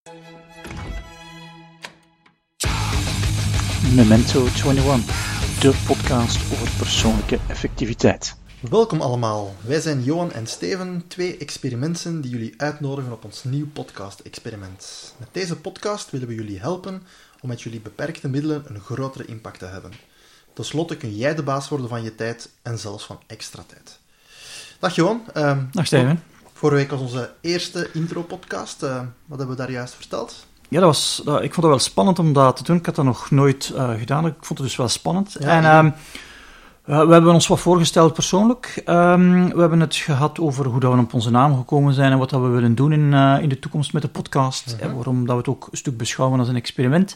Memento 21, de podcast over persoonlijke effectiviteit. Welkom allemaal, wij zijn Johan en Steven, twee experimenten die jullie uitnodigen op ons nieuw podcast-experiment. Met deze podcast willen we jullie helpen om met jullie beperkte middelen een grotere impact te hebben. Ten slotte kun jij de baas worden van je tijd en zelfs van extra tijd. Dag Johan. Dag Steven. Vorige week was onze eerste intro-podcast. Wat hebben we daar juist verteld? Ja, ik vond het wel spannend om dat te doen. Ik had dat nog nooit gedaan. Ik vond het dus wel spannend. Ja, en we hebben ons wat voorgesteld persoonlijk. We hebben het gehad over hoe dat we op onze naam gekomen zijn en wat dat we willen doen in de toekomst met de podcast. En waarom dat we het ook een stuk beschouwen als een experiment.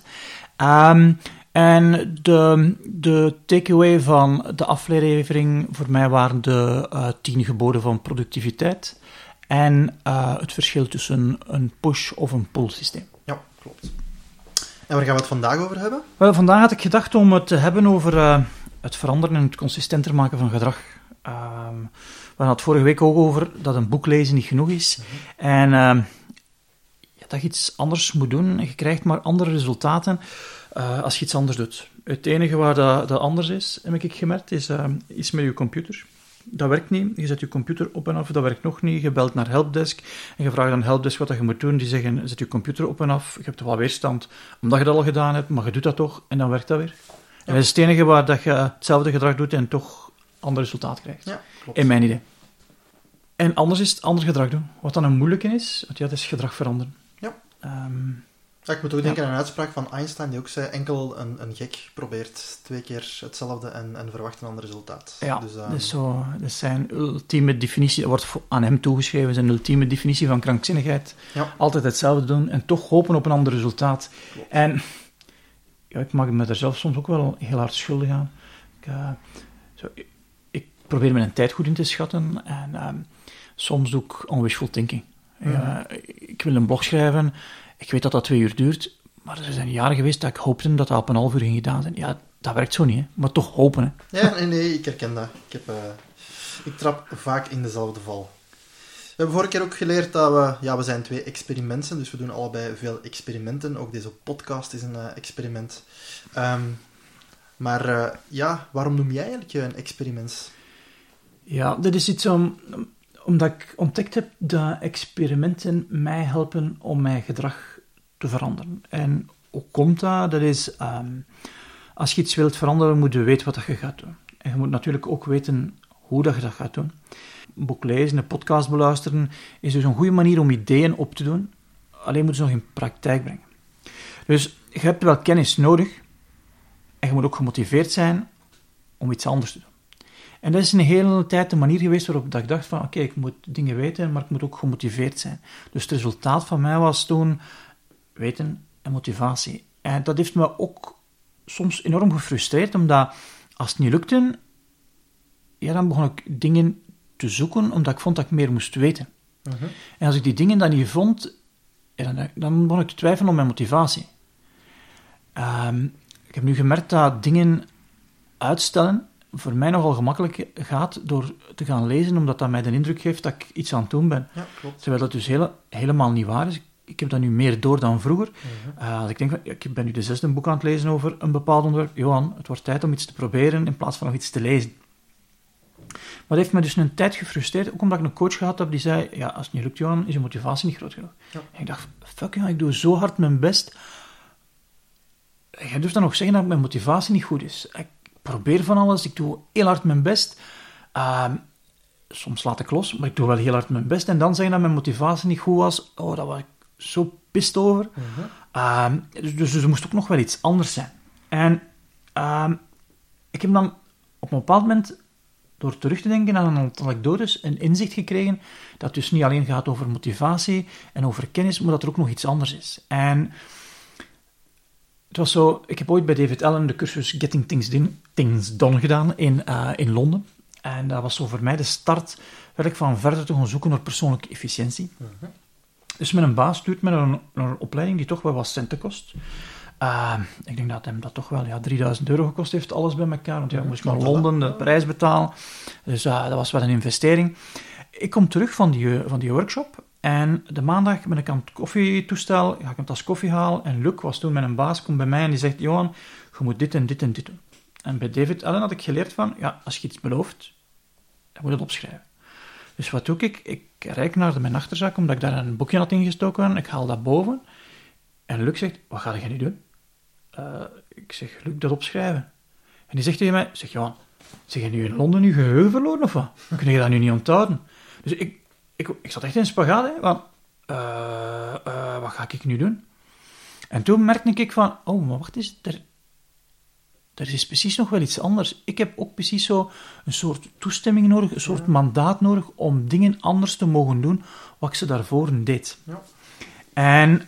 En de takeaway van de aflevering voor mij waren de 10 geboden van productiviteit en het verschil tussen een push- of een pull systeem. Ja, klopt. En waar gaan we het vandaag over hebben? Wel, vandaag had ik gedacht om het te hebben over het veranderen en het consistenter maken van gedrag. We hadden het vorige week ook over dat een boek lezen niet genoeg is. En dat je iets anders moet doen. En je krijgt maar andere resultaten als je iets anders doet. Het enige waar dat anders is, heb ik gemerkt, is met je computer. Dat werkt niet. Je zet je computer op en af, dat werkt nog niet. Je belt naar helpdesk en je vraagt aan helpdesk wat je moet doen. Die zeggen, zet je computer op en af. Je hebt wel weerstand, omdat je dat al gedaan hebt, maar je doet dat toch en dan werkt dat weer. Ja. En dat is het enige waar dat je hetzelfde gedrag doet en toch ander resultaat krijgt. Ja, klopt. In mijn idee. En anders is het ander gedrag doen. Wat dan een moeilijke is, want ja, dat is gedrag veranderen. Ja. Ik moet ook denken aan een uitspraak van Einstein, die ook zei, enkel een gek probeert 2 keer hetzelfde en verwacht een ander resultaat. Ja, dat is zijn ultieme definitie, dat wordt aan hem toegeschreven, zijn ultieme definitie van krankzinnigheid. Ja. Altijd hetzelfde doen en toch hopen op een ander resultaat. Klopt. En ja, ik maak me er zelf soms ook wel heel hard schuldig aan. Ik probeer mijn tijd goed in te schatten en soms doe ik on wishful thinking. Ik wil een blog schrijven. Ik weet dat dat 2 uur duurt, maar er zijn jaren geweest dat ik hoopte dat dat op een half uur ging gedaan zijn. Ja, dat werkt zo niet, hè. Maar toch hopen. Hè. Ja, nee, ik herken dat. Ik trap vaak in dezelfde val. We hebben vorige keer ook geleerd dat we zijn 2 experimenten, dus we doen allebei veel experimenten. Ook deze podcast is een experiment. Maar waarom noem jij eigenlijk een experiment? Ja, dat is iets omdat ik ontdekt heb dat experimenten mij helpen om mijn gedrag te veranderen. En hoe komt dat? Dat is, als je iets wilt veranderen, moet je weten wat je gaat doen. En je moet natuurlijk ook weten hoe dat je dat gaat doen. Een boek lezen, een podcast beluisteren, is dus een goede manier om ideeën op te doen. Alleen moet je ze nog in praktijk brengen. Dus je hebt wel kennis nodig, en je moet ook gemotiveerd zijn om iets anders te doen. En dat is een hele tijd de manier geweest waarop ik dacht van, oké, ik moet dingen weten, maar ik moet ook gemotiveerd zijn. Dus het resultaat van mij was toen weten en motivatie. En dat heeft me ook soms enorm gefrustreerd, omdat als het niet lukte, ja, dan begon ik dingen te zoeken, omdat ik vond dat ik meer moest weten. Uh-huh. En als ik die dingen dan niet vond, dan begon ik te twijfelen om mijn motivatie. Ik heb nu gemerkt dat dingen uitstellen voor mij nogal gemakkelijk gaat door te gaan lezen, omdat dat mij de indruk geeft dat ik iets aan het doen ben. Ja, klopt. Terwijl dat dus helemaal niet waar is. Ik heb dat nu meer door dan vroeger. Als ik denk van, ik ben nu de 6e boek aan het lezen over een bepaald onderwerp. Johan, het wordt tijd om iets te proberen in plaats van nog iets te lezen. Maar dat heeft me dus een tijd gefrustreerd, ook omdat ik een coach gehad heb die zei, ja, als het niet lukt, Johan, is je motivatie niet groot genoeg. Ja. En ik dacht, fuck ja, ik doe zo hard mijn best. Jij durft dan nog zeggen dat mijn motivatie niet goed is. Ik probeer van alles, ik doe heel hard mijn best. Soms laat ik los, maar ik doe wel heel hard mijn best. En dan zeggen dat mijn motivatie niet goed was, oh, daar was ik zo pist over. Dus er moest ook nog wel iets anders zijn. En ik heb dan op een bepaald moment, door terug te denken aan een aantal anekdotes, een inzicht gekregen dat het dus niet alleen gaat over motivatie en over kennis, maar dat er ook nog iets anders is. En het was zo, ik heb ooit bij David Allen de cursus Getting Things Done gedaan in Londen. En dat was zo voor mij de start van verder te gaan zoeken naar persoonlijke efficiëntie. Dus mijn baas stuurt me naar een opleiding die toch wel wat centen kost. Ik denk dat hem dat toch wel €3000 gekost heeft, alles bij elkaar. Want moest naar Londen de prijs betalen. Dus dat was wel een investering. Ik kom terug van die workshop En de maandag ben ik aan het koffietoestel, ga ik een tas koffie halen. En Luc was toen met een baas, komt bij mij en die zegt, Johan, je moet dit en dit en dit doen. En bij David Allen had ik geleerd van, ja, als je iets belooft, dan moet je het opschrijven. Dus wat doe ik? Ik reik naar mijn achterzak, omdat ik daar een boekje had ingestoken. Ik haal dat boven. En Luc zegt, wat ga je nu doen? Ik zeg, Luc, dat opschrijven. En die zegt tegen mij, zeg Johan, zeg je nu in Londen je geheugen verloren of wat? Kun je dat nu niet onthouden? Dus ik zat echt in een spagaat, hè, van, wat ga ik nu doen? En toen merkte ik van, oh, maar wacht eens, er is precies nog wel iets anders. Ik heb ook precies zo een soort toestemming nodig, een soort mandaat nodig om dingen anders te mogen doen wat ik ze daarvoor deed. Ja. En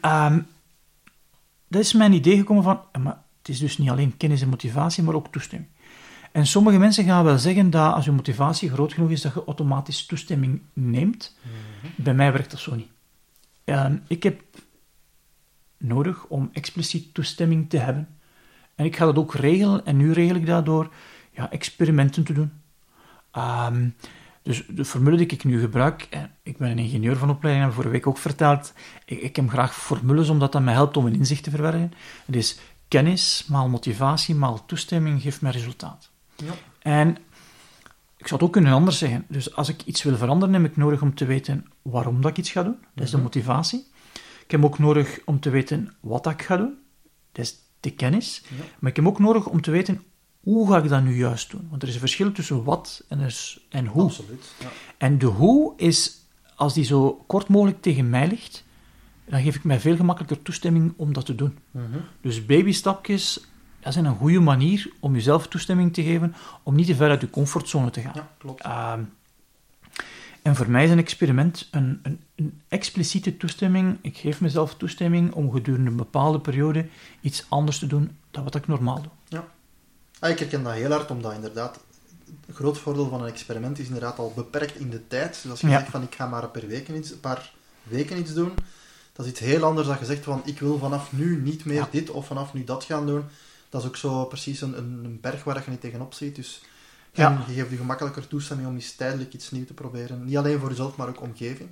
dat is mijn idee gekomen van, maar het is dus niet alleen kennis en motivatie, maar ook toestemming. En sommige mensen gaan wel zeggen dat als je motivatie groot genoeg is, dat je automatisch toestemming neemt. Bij mij werkt dat zo niet. Ik heb nodig om expliciet toestemming te hebben. En ik ga dat ook regelen, en nu regel ik dat door experimenten te doen. Dus de formule die ik nu gebruik, ik ben een ingenieur van opleiding, en vorige week ook verteld, ik heb graag formules omdat dat mij helpt om een inzicht te verwerken. Het is kennis, maal motivatie, maal toestemming, geeft mij resultaat. Ja. En ik zou het ook kunnen anders zeggen. Dus als ik iets wil veranderen, heb ik nodig om te weten waarom dat ik iets ga doen. Dat is de motivatie. Ik heb ook nodig om te weten wat dat ik ga doen. Dat is de kennis. Ja. Maar ik heb ook nodig om te weten hoe ga ik dat nu juist doen. Want er is een verschil tussen wat en hoe. Absoluut. Ja. En de hoe is, als die zo kort mogelijk tegen mij ligt, dan geef ik mij veel gemakkelijker toestemming om dat te doen. Dus babystapjes, dat zijn een goede manier om jezelf toestemming te geven om niet te ver uit je comfortzone te gaan. Ja, klopt. En voor mij is een experiment een expliciete toestemming. Ik geef mezelf toestemming om gedurende een bepaalde periode iets anders te doen dan wat ik normaal doe. Ja. Ik herken dat heel hard, omdat inderdaad een groot voordeel van een experiment is inderdaad al beperkt in de tijd. Dus als je zegt van ik ga maar een paar weken iets doen, dat is iets heel anders dan je zegt van ik wil vanaf nu niet meer dit of vanaf nu dat gaan doen. Dat is ook zo precies een berg waar je niet tegenop ziet. Dus je geeft je gemakkelijker toestemming om eens tijdelijk iets nieuws te proberen. Niet alleen voor jezelf, maar ook omgeving.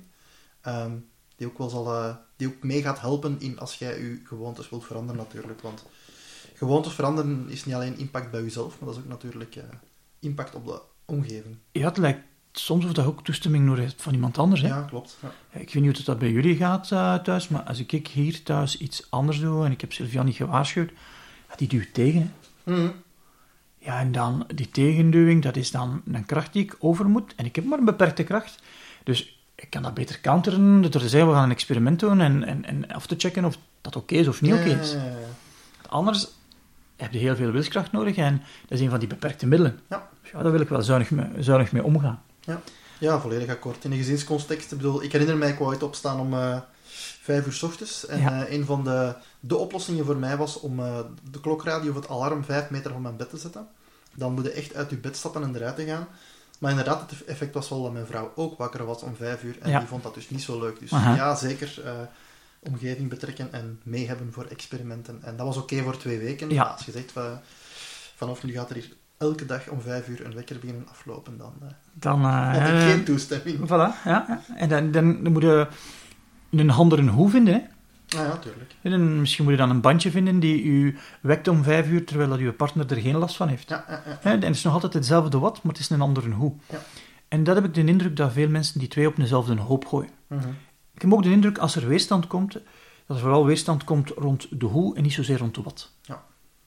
Die ook die ook mee gaat helpen in als jij je gewoontes wilt veranderen natuurlijk. Want gewoontes veranderen is niet alleen impact bij jezelf, maar dat is ook natuurlijk impact op de omgeving. Ja, het lijkt soms of dat ook toestemming nodig hebt van iemand anders. Hè? Ja, klopt. Ja. Ik weet niet hoe dat bij jullie gaat thuis, maar als ik hier thuis iets anders doe en ik heb Sylvia niet gewaarschuwd, die duwt tegen. Hè? Ja, en dan die tegenduwing, dat is dan een kracht die ik over moet. En ik heb maar een beperkte kracht. Dus ik kan dat beter counteren door te zeggen, we gaan een experiment doen en af te checken of dat oké is of niet oké is. Anders heb je heel veel wilskracht nodig en dat is een van die beperkte middelen. Ja. Dus daar wil ik wel zuinig mee omgaan. Ja, volledig akkoord. In de gezinscontext, ik bedoel, ik herinner mij, ik wou ooit opstaan om 5 uur 's ochtends. En een van de oplossingen voor mij was om de klokradio of het alarm 5 meter van mijn bed te zetten. Dan moet je echt uit je bed stappen en eruit te gaan. Maar inderdaad, het effect was wel dat mijn vrouw ook wakker was om 5 uur. En die vond dat dus niet zo leuk. Dus ja, zeker omgeving betrekken en mee hebben voor experimenten. En dat was oké voor 2 weken. Ja. Maar als je zegt, vanaf nu gaat er hier elke dag om 5 uur een wekker beginnen aflopen, dan heb ik geen toestemming. Voilà, ja. En dan moet je een handige hoe vinden, hè. Ja, tuurlijk. En misschien moet je dan een bandje vinden die u wekt om 5 uur, terwijl dat uw partner er geen last van heeft. Ja. En het is nog altijd hetzelfde wat, maar het is een andere hoe. Ja. En dat heb ik de indruk dat veel mensen die twee op dezelfde hoop gooien. Ik heb ook de indruk, als er weerstand komt, dat er vooral weerstand komt rond de hoe en niet zozeer rond de wat. Ja.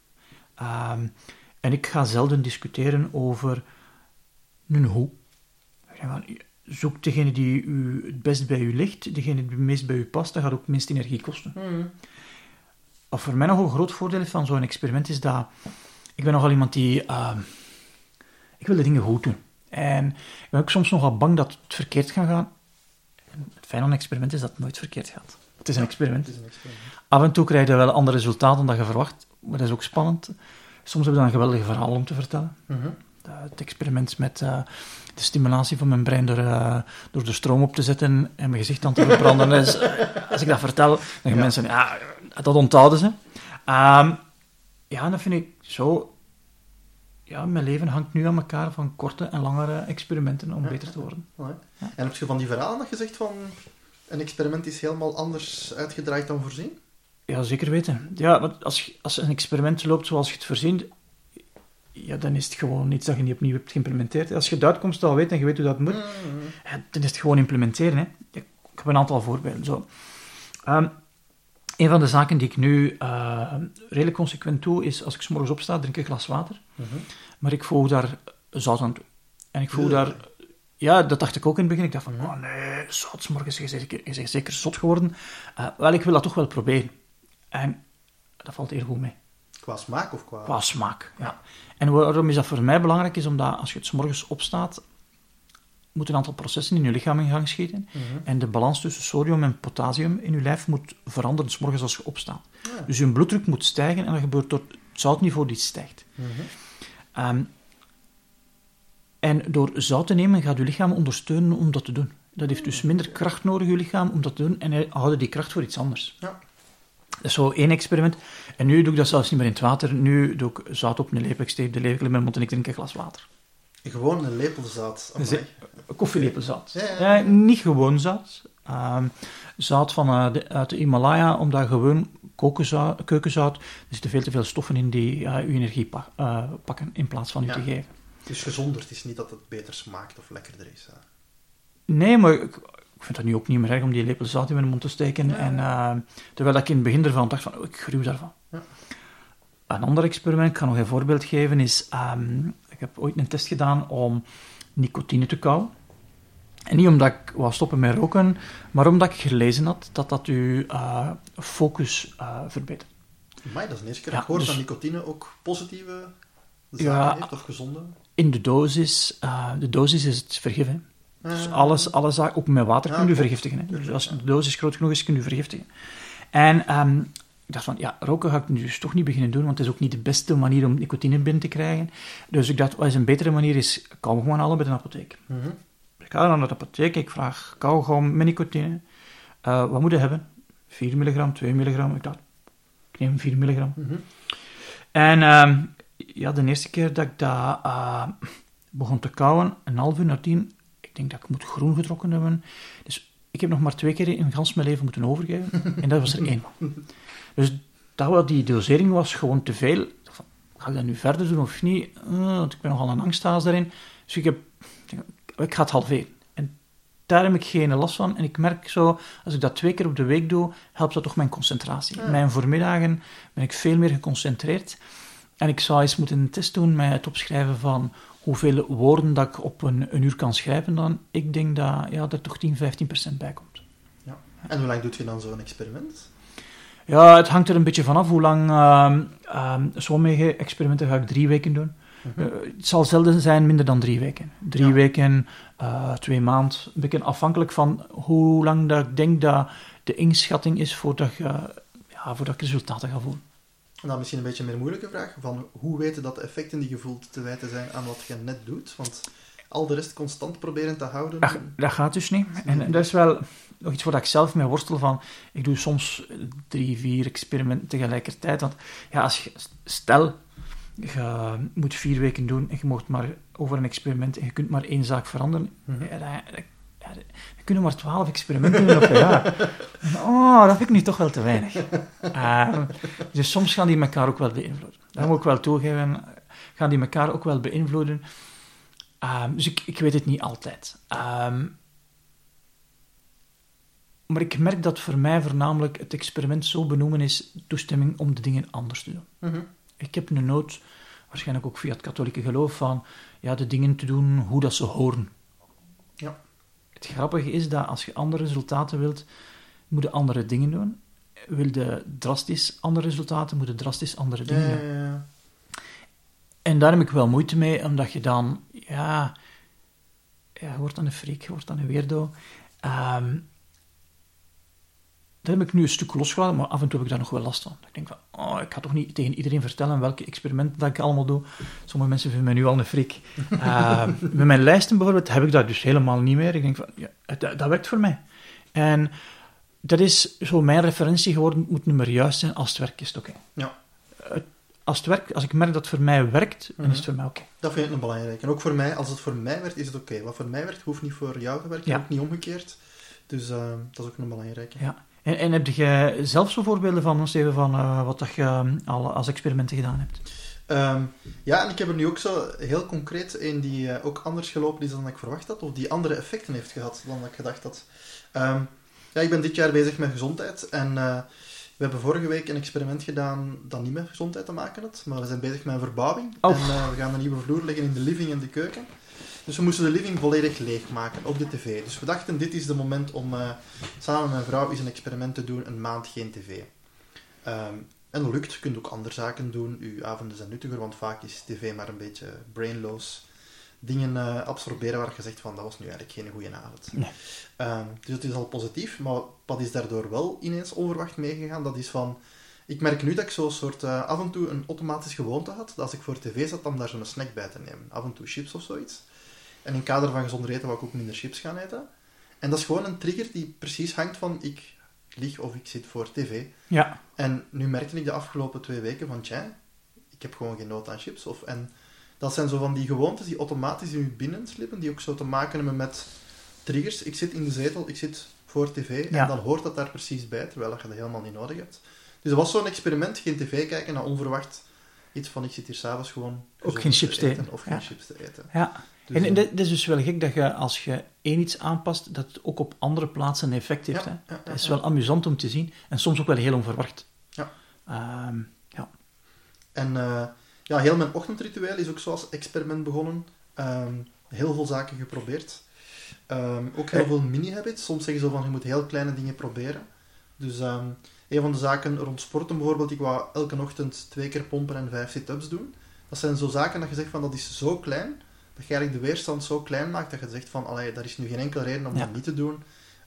En ik ga zelden discussiëren over een hoe. Zoek degene die u het best bij u ligt, degene die het meest bij u past, dat gaat ook het minst energie kosten. Wat voor mij nog een groot voordeel van zo'n experiment is dat ik ben nogal iemand die ik wil de dingen goed doen. En ik ben ook soms nogal bang dat het verkeerd gaat gaan. En het fijne aan een experiment is dat het nooit verkeerd gaat. Het is een experiment. Af en toe krijg je wel andere resultaten dan je verwacht, maar dat is ook spannend. Soms heb je dan een geweldige verhaal om te vertellen. Het experiment met de stimulatie van mijn brein door de stroom op te zetten en mijn gezicht aan te verbranden. Dus, als ik dat vertel, dan gaan mensen, dat onthouden ze. Dat vind ik zo. Ja, mijn leven hangt nu aan elkaar van korte en langere experimenten om beter te worden. Ja. En heb je van die verhalen dat je zegt van een experiment is helemaal anders uitgedraaid dan voorzien? Ja, zeker weten. Ja, want als een experiment loopt zoals je het voorzien, ja, dan is het gewoon iets dat je niet opnieuw hebt geïmplementeerd. Als je de uitkomst al weet en je weet hoe dat moet, dan is het gewoon implementeren. Hè. Ik heb een aantal voorbeelden. Zo. Een van de zaken die ik nu redelijk consequent doe, is als ik 's morgens opsta, drink ik een glas water. Maar ik voeg daar zout aan toe. En ik voeg daar... Ja, dat dacht ik ook in het begin. Ik dacht van, oh nee, zout 's morgens, je bent zeker zot geworden. Wel, ik wil dat toch wel proberen. En dat valt heel goed mee. Qua smaak of qua... Qua smaak, ja. En waarom is dat voor mij belangrijk? Is omdat als je het 's morgens opstaat, moet een aantal processen in je lichaam in gang schieten. En de balans tussen sodium en potassium in je lijf moet veranderen 's morgens als je opstaat. Ja. Dus je bloeddruk moet stijgen en dat gebeurt door het zoutniveau die stijgt. En door zout te nemen gaat je lichaam ondersteunen om dat te doen. Dat heeft dus minder kracht nodig, je lichaam, om dat te doen. En hij houdt die kracht voor iets anders. Ja. Dat is zo één experiment. En nu doe ik dat zelfs niet meer in het water. Nu doe ik zout op een lepel, ik steek de lepel in mijn mond en ik drink een glas water. Gewoon een lepel zout? Koffielepelzout. Ja. Niet gewoon zout. Zout uit de Himalaya, omdat gewoon keukenzout, er zitten veel te veel stoffen in die je energie pakken in plaats van je te geven. Het is gezonder, het is niet dat het beter smaakt of lekkerder is. Nee, maar ik vind dat nu ook niet meer erg om die lepel zout in mijn mond te steken. Ja. En, terwijl ik in het begin ervan dacht van, ik gruw daarvan. Ja. Een ander experiment, ik ga nog een voorbeeld geven, is... ik heb ooit een test gedaan om nicotine te kauwen. En niet omdat ik wou stoppen met roken, maar omdat ik gelezen had dat uw focus verbetert. Maar dat is de eerste keer dat ik hoor dat nicotine ook positieve zaken heeft, of gezonde? In de dosis is het vergif. Hè. Dus alle zaken, ook met water kun je vergiftigen. Hè. Dus als de dosis groot genoeg is, kun je vergiftigen. En ik dacht van, roken ga ik nu dus toch niet beginnen doen, want het is ook niet de beste manier om nicotine binnen te krijgen. Dus ik dacht, wat is een betere manier is, kauwgom halen bij de apotheek. Ik ga dan naar de apotheek, ik vraag kauwgom met nicotine. Wat moet je hebben? 4 milligram, 2 milligram. Ik dacht, ik neem 4 milligram. En de eerste keer dat ik dat begon te kauwen, een half uur nadien, ik denk dat ik moet groen getrokken hebben. Dus ik heb nog maar 2 keer in gans mijn leven moeten overgeven. En dat was er 1. Dus die dosering was gewoon te veel. Ga ik dat nu verder doen of niet? Want ik ben nogal een angsthaas daarin. Dus ik ga het halveren. En daar heb ik geen last van. En ik merk zo, als ik dat 2 keer op de week doe, helpt dat toch mijn concentratie. Ja. Mijn voormiddagen ben ik veel meer geconcentreerd. En ik zou eens moeten een test doen met het opschrijven van hoeveel woorden dat ik op een uur kan schrijven dan. Ik denk dat er toch 10-15% bij komt. Ja. En hoe lang doet je dan zo'n experiment? Ja, het hangt er een beetje vanaf hoe lang. Sommige experimenten ga ik 3 weken doen. Het zal zelden zijn minder dan 3 weken. 3 weken, 2 maanden. Een beetje afhankelijk van hoe lang dat ik denk dat de inschatting is voordat ik resultaten ga voelen. En dan misschien een beetje een meer moeilijke vraag. Van hoe weten dat de effecten die je voelt te wijten zijn aan wat je net doet? Want al de rest constant proberen te houden... Dat gaat dus niet. En dat is wel nog iets waar ik zelf mee worstel van. Ik doe soms 3-4 experimenten tegelijkertijd. Want stel, je moet 4 weken doen en je mag maar over een experiment en je kunt maar 1 zaak veranderen. Dan kunnen maar 12 experimenten doen op een jaar. Dat vind ik nu toch wel te weinig. Dus soms gaan die elkaar ook wel beïnvloeden. Dat moet ik wel toegeven. Gaan die elkaar ook wel beïnvloeden. Dus ik weet het niet altijd. Maar ik merk dat voor mij voornamelijk het experiment zo benoemen is toestemming om de dingen anders te doen. Ik heb een nood, waarschijnlijk ook via het katholieke geloof, van de dingen te doen hoe dat ze horen. Ja. Het grappige is dat als je andere resultaten wilt, moet je andere dingen doen. Wil je drastisch andere resultaten, moet je drastisch andere dingen doen. Ja. En daar heb ik wel moeite mee, omdat je dan, je wordt dan een freak, je wordt dan een weirdo. Dat heb ik nu een stuk losgelaten, maar af en toe heb ik daar nog wel last van. Ik denk van, ik ga toch niet tegen iedereen vertellen welke experimenten dat ik allemaal doe. Sommige mensen vinden mij nu al een freak. Met mijn lijsten bijvoorbeeld heb ik dat dus helemaal niet meer. Ik denk van, dat werkt voor mij. En dat is zo mijn referentie geworden, moet niet meer juist zijn, als het werkt is het oké. Ja. Als ik merk dat het voor mij werkt, dan is het voor mij oké. Dat vind ik een belangrijk. En ook voor mij, als het voor mij werkt, is het oké. Wat voor mij werkt, hoeft niet voor jou te werken, ook niet omgekeerd. Dus dat is ook een belangrijke. Ja. En heb jij zelf zo voorbeelden van, Steven, van wat dat je al als experimenten gedaan hebt? Ja, en ik heb er nu ook zo heel concreet een die ook anders gelopen is dan ik verwacht had, of die andere effecten heeft gehad dan ik gedacht had. Ja, ik ben dit jaar bezig met gezondheid en we hebben vorige week een experiment gedaan dat niet met gezondheid te maken had, maar we zijn bezig met een verbouwing. Oh. En we gaan een nieuwe vloer leggen in de living en de keuken. Dus we moesten de living volledig leegmaken op de tv. Dus we dachten, dit is de moment om samen met mijn vrouw eens een experiment te doen, een maand geen tv. En dat lukt. Je kunt ook andere zaken doen. Uw avonden zijn nuttiger, want vaak is tv maar een beetje brainloos. Dingen absorberen waar je zegt van, dat was nu eigenlijk geen goede avond. Nee. Dus het is al positief, maar wat is daardoor wel ineens onverwacht meegegaan, dat is van... Ik merk nu dat ik zo'n soort af en toe een automatische gewoonte had, dat als ik voor tv zat, om daar zo'n snack bij te nemen. Af en toe chips of zoiets. En in het kader van gezonder eten wou ik ook minder chips gaan eten. En dat is gewoon een trigger die precies hangt van, ik lig of ik zit voor tv. Ja. En nu merkte ik de afgelopen 2 weken van, ik heb gewoon geen nood aan chips. En dat zijn zo van die gewoontes die automatisch in je binnenslippen, die ook zo te maken hebben met triggers. Ik zit in de zetel, ik zit voor tv, en dan hoort dat daar precies bij, terwijl je dat helemaal niet nodig hebt. Dus dat was zo'n experiment, geen tv kijken, en onverwacht iets van, ik zit hier s'avonds gewoon ook geen chips te eten. Of geen chips te eten. Ja. Dus, en dat is dus wel gek dat je, als je één iets aanpast, dat het ook op andere plaatsen een effect heeft. Ja, hè? ja, Dat is wel amusant om te zien, en soms ook wel heel onverwacht. Ja. Ja. En heel mijn ochtendritueel is ook zoals experiment begonnen. Heel veel zaken geprobeerd. Ook heel veel mini-habits. Soms zeggen ze van, je moet heel kleine dingen proberen. Dus een van de zaken rond sporten bijvoorbeeld, ik wou elke ochtend 2 keer pompen en 5 sit-ups doen. Dat zijn zo zaken dat je zegt van, dat is zo klein, dat je eigenlijk de weerstand zo klein maakt, dat je zegt van, daar is nu geen enkele reden om dat niet te doen.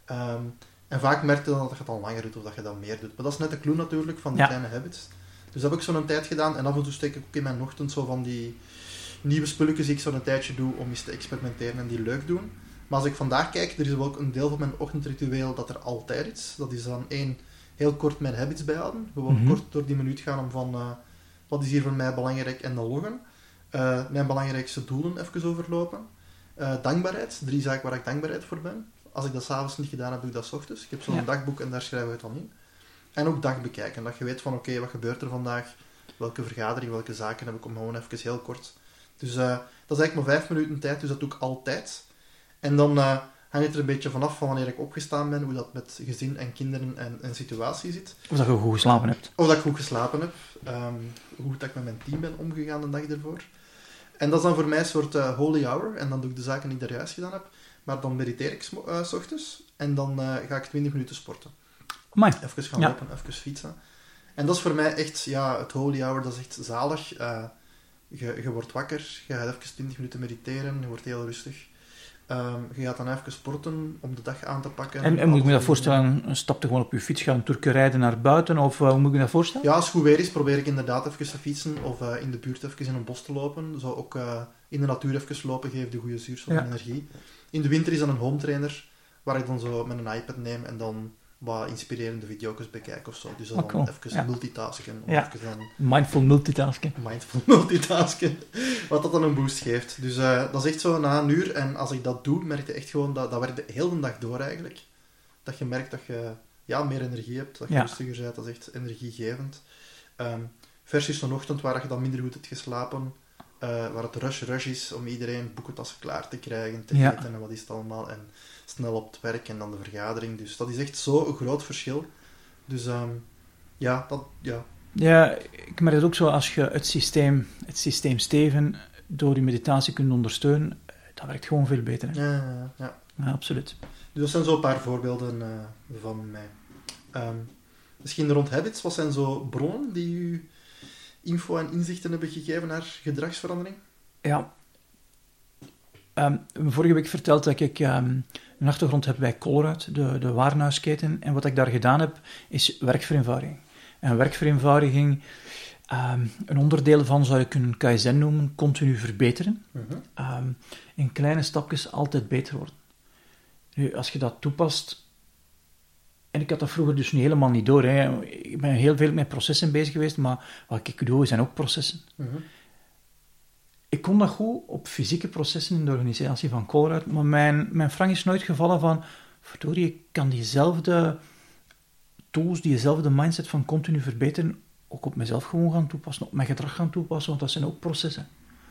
En vaak merk je dan dat je het al langer doet, of dat je dat meer doet. Maar dat is net de clue natuurlijk, van die kleine habits. Dus dat heb ik zo'n tijd gedaan, en af en toe steek ik ook in mijn ochtend zo van die nieuwe spulletjes die ik zo'n tijdje doe, om eens te experimenteren en die leuk doen. Maar als ik vandaag kijk, er is wel ook een deel van mijn ochtendritueel dat er altijd is. Dat is dan heel kort mijn habits bijhouden. Gewoon kort door die minuut gaan om van, wat is hier voor mij belangrijk en dan loggen. Mijn belangrijkste doelen even overlopen. Dankbaarheid, 3 zaken waar ik dankbaarheid voor ben. Als ik dat 's avonds niet gedaan heb, doe ik dat 's ochtends. Ik heb zo'n dagboek en daar schrijven we het dan in. En ook dag bekijken, dat je weet van oké, wat gebeurt er vandaag? Welke vergadering, welke zaken heb ik om gewoon even heel kort. Dus dat is eigenlijk maar 5 minuten tijd, dus dat doe ik altijd. En dan hangt het er een beetje vanaf van wanneer ik opgestaan ben, hoe dat met gezin en kinderen en situatie zit. Of dat je goed geslapen hebt. Of dat ik goed geslapen heb. Hoe goed dat ik met mijn team ben omgegaan de dag ervoor. En dat is dan voor mij een soort holy hour. En dan doe ik de zaken die ik daar juist gedaan heb. Maar dan mediteer ik 's ochtends. En dan ga ik 20 minuten sporten. Amai. Even gaan lopen, even fietsen. En dat is voor mij echt, het holy hour, dat is echt zalig. Je wordt wakker, je gaat even 20 minuten mediteren, je wordt heel rustig. Je gaat dan even sporten om de dag aan te pakken. En moet ik me dat voorstellen, stap je gewoon op je fiets, gaan turken rijden naar buiten, of hoe moet ik me dat voorstellen? Ja, als het goed weer is, probeer ik inderdaad even te fietsen, of in de buurt even in een bos te lopen. Zo ook in de natuur even lopen, geeft de goede zuurstof en energie. In de winter is dan een home trainer, waar ik dan zo met een iPad neem en dan wat inspirerende video's bekijk of zo. Dus dan even multitasken. Of even dan Mindful multitasken. Mindful multitasken. Wat dat dan een boost geeft. Dus dat is echt zo na een uur. En als ik dat doe, merk je echt gewoon dat werkt de hele dag door eigenlijk. Dat je merkt dat je meer energie hebt, dat je rustiger bent. Dat is echt energiegevend. Versus zo'n ochtend waar je dan minder goed hebt geslapen. Waar het rush is om iedereen boekentassen klaar te krijgen, te eten en wat is het allemaal. En snel op het werk en dan de vergadering. Dus dat is echt zo'n groot verschil. Dus Ja, ik merk het ook zo, als je het systeem Steven door je meditatie kunt ondersteunen, dat werkt gewoon veel beter. Hè? Ja, absoluut. Dus dat zijn zo een paar voorbeelden van mij. Misschien rond habits, wat zijn zo bronnen die u info en inzichten hebben gegeven naar gedragsverandering? Ja. Vorige week vertelde dat ik een achtergrond heb bij Colruyt, de warenhuisketen. En wat ik daar gedaan heb, is werkvereenvoudiging. En werkvereenvoudiging, een onderdeel van zou je kunnen Kaizen noemen, continu verbeteren. In kleine stapjes altijd beter worden. Nu, als je dat toepast... En ik had dat vroeger dus helemaal niet door. Hè. Ik ben heel veel met processen bezig geweest, maar wat ik doe, zijn ook processen. Ik kon dat goed op fysieke processen in de organisatie van Colruyt, maar mijn frank is nooit gevallen van verdorie, ik kan diezelfde tools, diezelfde mindset van continu verbeteren, ook op mezelf gewoon gaan toepassen, op mijn gedrag gaan toepassen, want dat zijn ook processen.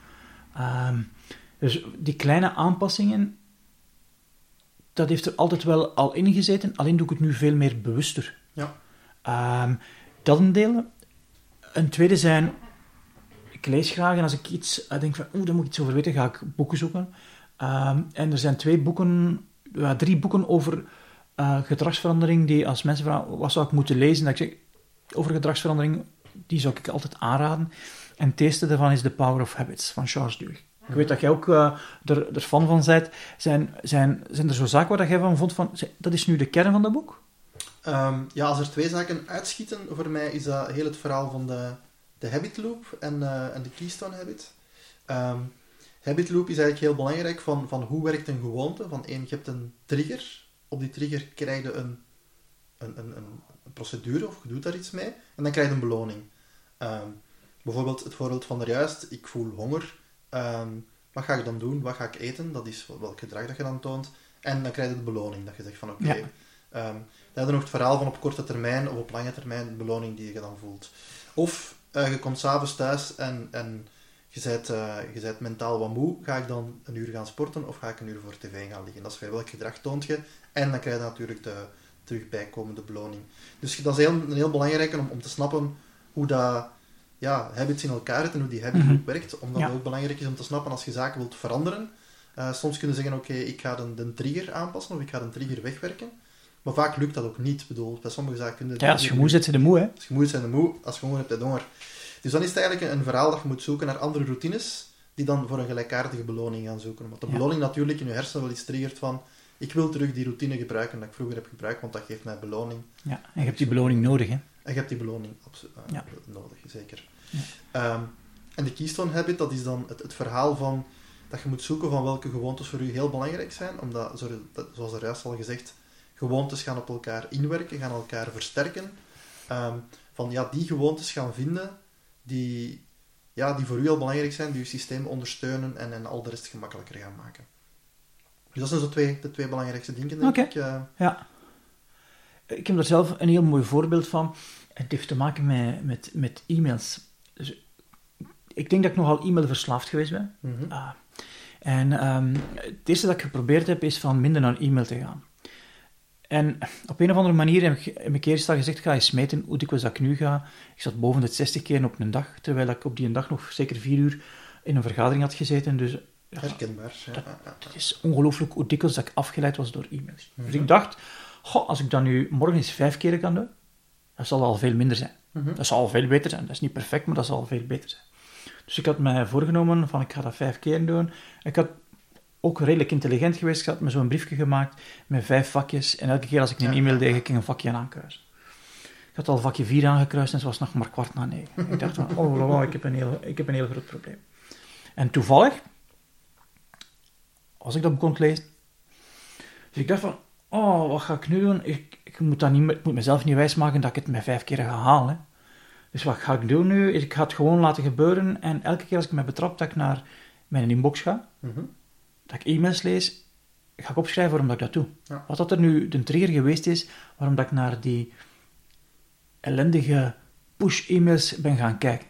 Dus die kleine aanpassingen, dat heeft er altijd wel al in gezeten, alleen doe ik het nu veel meer bewuster. Ja. Dat een deel. Een tweede zijn, ik lees graag en als ik iets denk van, daar moet ik iets over weten, ga ik boeken zoeken. En er zijn 3 boeken over gedragsverandering, die als mensen vragen, wat zou ik moeten lezen, dat ik zeg, over gedragsverandering, die zou ik altijd aanraden. En het eerste daarvan is The Power of Habits, van Charles Duhigg. Ik weet dat jij ook er fan van bent. Zijn er zo zaken waar jij van vond van, dat is nu de kern van dat boek? Ja, als er 2 zaken uitschieten, voor mij is dat heel het verhaal van de habit loop en de keystone habit. Habit loop is eigenlijk heel belangrijk van hoe werkt een gewoonte. Van één, je hebt een trigger. Op die trigger krijg je een procedure of je doet daar iets mee. En dan krijg je een beloning. Bijvoorbeeld het voorbeeld van daarjuist, ik voel honger. Wat ga ik dan doen? Wat ga ik eten? Dat is welk gedrag dat je dan toont. En dan krijg je de beloning. Dat je zegt van oké. Ja. Dan heb je nog het verhaal van op korte termijn of op lange termijn de beloning die je dan voelt. Of je komt s'avonds thuis en je bent mentaal wat moe. Ga ik dan een uur gaan sporten of ga ik een uur voor tv gaan liggen? Dat is weer welk gedrag toont je. En dan krijg je natuurlijk de terug bijkomende beloning. Dus dat is een heel belangrijke om te snappen hoe dat habits in elkaar zitten en hoe die habit loop werkt. Omdat het ook belangrijk is om te snappen als je zaken wilt veranderen. Soms kunnen zeggen, oké, ik ga de trigger aanpassen of ik ga de trigger wegwerken. Maar vaak lukt dat ook niet. Ik bedoel, bij sommige zaken kun je... Ja, als je moe zit, zit je moe, hè? Als je moe zit, moe. Als je honger hebt, heb je honger. Dus dan is het eigenlijk een verhaal dat je moet zoeken naar andere routines die dan voor een gelijkaardige beloning gaan zoeken. Want de beloning natuurlijk in je hersenen wel iets triggert van ik wil terug die routine gebruiken dat ik vroeger heb gebruikt, want dat geeft mij beloning. Ja, en je hebt die beloning nodig, hè? En je hebt die beloning nodig, zeker. Ja. En de keystone habit, dat is dan het verhaal van dat je moet zoeken van welke gewoontes voor u heel belangrijk zijn, omdat, zoals er juist al gezegd, gewoontes gaan op elkaar inwerken, gaan elkaar versterken. Die gewoontes gaan vinden die voor u heel belangrijk zijn, die uw systeem ondersteunen en al de rest gemakkelijker gaan maken. Dus dat zijn zo de 2 belangrijkste dingen, denk ik. Ja. Ik heb daar zelf een heel mooi voorbeeld van. Het heeft te maken met e-mails. Dus, ik denk dat ik nogal e-mailverslaafd geweest ben. Mm-hmm. Het eerste dat ik geprobeerd heb, is van minder naar e-mail te gaan. En op een of andere manier heb ik eerst al gezegd, ga eens meten hoe dikwijls dat ik nu ga. Ik zat boven de 60 keer op een dag, terwijl ik op die dag nog zeker 4 uur in een vergadering had gezeten. Dus herkenbaar. Het is ongelooflijk hoe dikwijls dat ik afgeleid was door e-mails. Mm-hmm. Dus ik dacht, als ik dat nu morgen eens 5 keer kan doen, dat zal al veel minder zijn. Mm-hmm. Dat zal al veel beter zijn. Dat is niet perfect, maar dat zal al veel beter zijn. Dus ik had mij voorgenomen van, ik ga dat 5 keer doen. Ik had ook redelijk intelligent geweest. Ik had me zo'n briefje gemaakt met 5 vakjes. En elke keer als ik een e-mail deed, ging ik een vakje aankruisen. Ik had al vakje 4 aangekruist en het was nog maar 8:45. Ik dacht van, ik heb een heel groot probleem. En toevallig was ik dat boek aan het lezen. Dus ik dacht van, wat ga ik nu doen? Ik moet mezelf niet wijsmaken dat ik het met 5 keer ga halen. Dus wat ga ik doen nu? Ik ga het gewoon laten gebeuren. En elke keer als ik me betrap dat ik naar mijn inbox ga, dat ik e-mails lees, ga ik opschrijven waarom dat ik dat doe. Ja. Wat dat er nu de trigger geweest is, waarom dat ik naar die ellendige push-e-mails ben gaan kijken.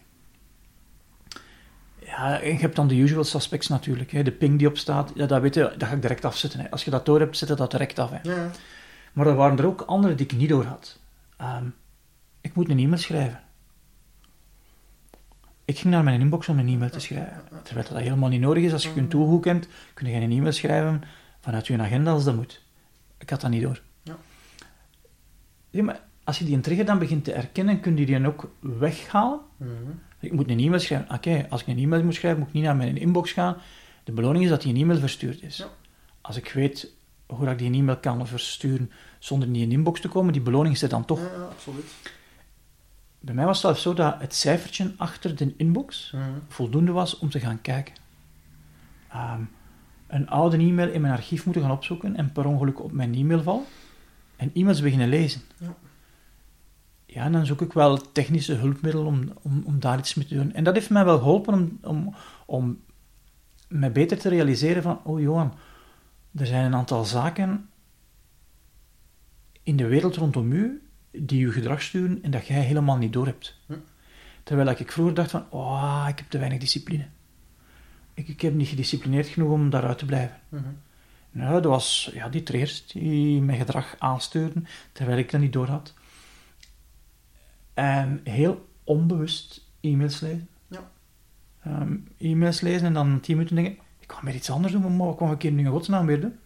Ja, en je hebt dan de usual suspects natuurlijk. Hè. De ping die op staat, dat weet je, dat ga ik direct afzetten. Hè. Als je dat door hebt, zet je dat direct af. Hè. Ja. Maar er waren er ook andere die ik niet door had. Ik moet een e-mail schrijven. Ik ging naar mijn inbox om een e-mail te schrijven. Terwijl dat helemaal niet nodig is. Als je een tool goed kent, kun je een e-mail schrijven vanuit je agenda als dat moet. Ik had dat niet door. Ja. Ja, maar als je die een trigger dan begint te herkennen, kun je die dan ook weghalen. Ik moet een e-mail schrijven. Oké, als ik een e-mail moet schrijven, moet ik niet naar mijn inbox gaan. De beloning is dat die een e-mail verstuurd is. Ja. Als ik weet hoe ik die een e-mail kan versturen zonder in die inbox te komen, die beloning is er dan toch. Ja, absoluut. Bij mij was het zelfs zo dat het cijfertje achter de inbox voldoende was om te gaan kijken. Een oude e-mail in mijn archief moeten gaan opzoeken en per ongeluk op mijn e-mail val en e-mails beginnen lezen. Ja, en dan zoek ik wel technische hulpmiddelen om daar iets mee te doen. En dat heeft mij wel geholpen om me beter te realiseren van, Johan, er zijn een aantal zaken in de wereld rondom u die je gedrag sturen en dat jij helemaal niet doorhebt. Terwijl ik vroeger dacht van, ik heb te weinig discipline. Ik heb niet gedisciplineerd genoeg om daaruit te blijven. Nou, dat was die triggers die mijn gedrag aanstuurden, terwijl ik dat niet door had. En heel onbewust e-mails lezen. E-mails lezen en dan 10 minuten denken, ik kan weer iets anders doen, maar wat kan ik hier nu in godsnaam weer doen?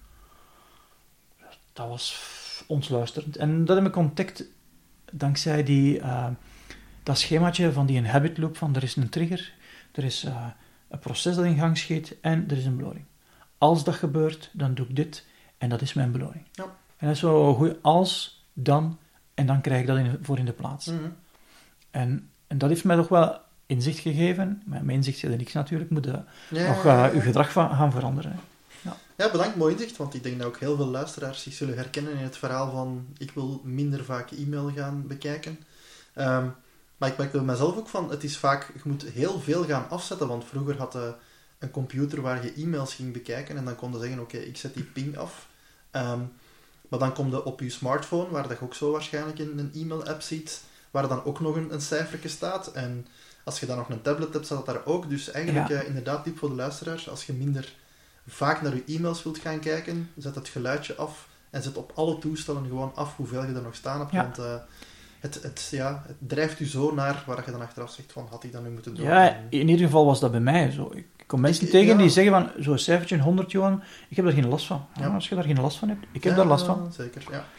Dat was ontsluisterend. En dat heb ik ontdekt dankzij dat schemaatje van die habit loop van er is een trigger, er is een proces dat in gang schiet en er is een beloning. Als dat gebeurt, dan doe ik dit en dat is mijn beloning. Ja. En dat is zo goed als, dan en dan krijg ik dat voor in de plaats. En dat heeft mij toch wel inzicht gegeven. Mijn inzicht zit er niks natuurlijk, moet uw gedrag gaan veranderen. Ja, bedankt, mooi inzicht, want ik denk dat ook heel veel luisteraars zich zullen herkennen in het verhaal van ik wil minder vaak e-mail gaan bekijken. Maar ik merkte bij mezelf ook van, het is vaak, je moet heel veel gaan afzetten, want vroeger had je een computer waar je e-mails ging bekijken en dan kon je zeggen, oké, ik zet die ping af. Maar dan kom je op je smartphone, waar je ook zo waarschijnlijk in een e-mail-app ziet, waar dan ook nog een cijfertje staat. En als je dan nog een tablet hebt, staat dat daar ook. Dus eigenlijk inderdaad tip voor de luisteraars, als je minder vaak naar je e-mails wilt gaan kijken, zet het geluidje af en zet op alle toestellen gewoon af hoeveel je er nog staan hebt. Want het drijft u zo naar waar je dan achteraf zegt van, had ik dat nu moeten doen? Ja, in ieder geval was dat bij mij zo. Ik kom mensen tegen die zeggen van, zo'n cijfertje 100, Johan, ik heb daar geen last van. Ja, als je daar geen last van hebt, ik heb daar last van. Zeker,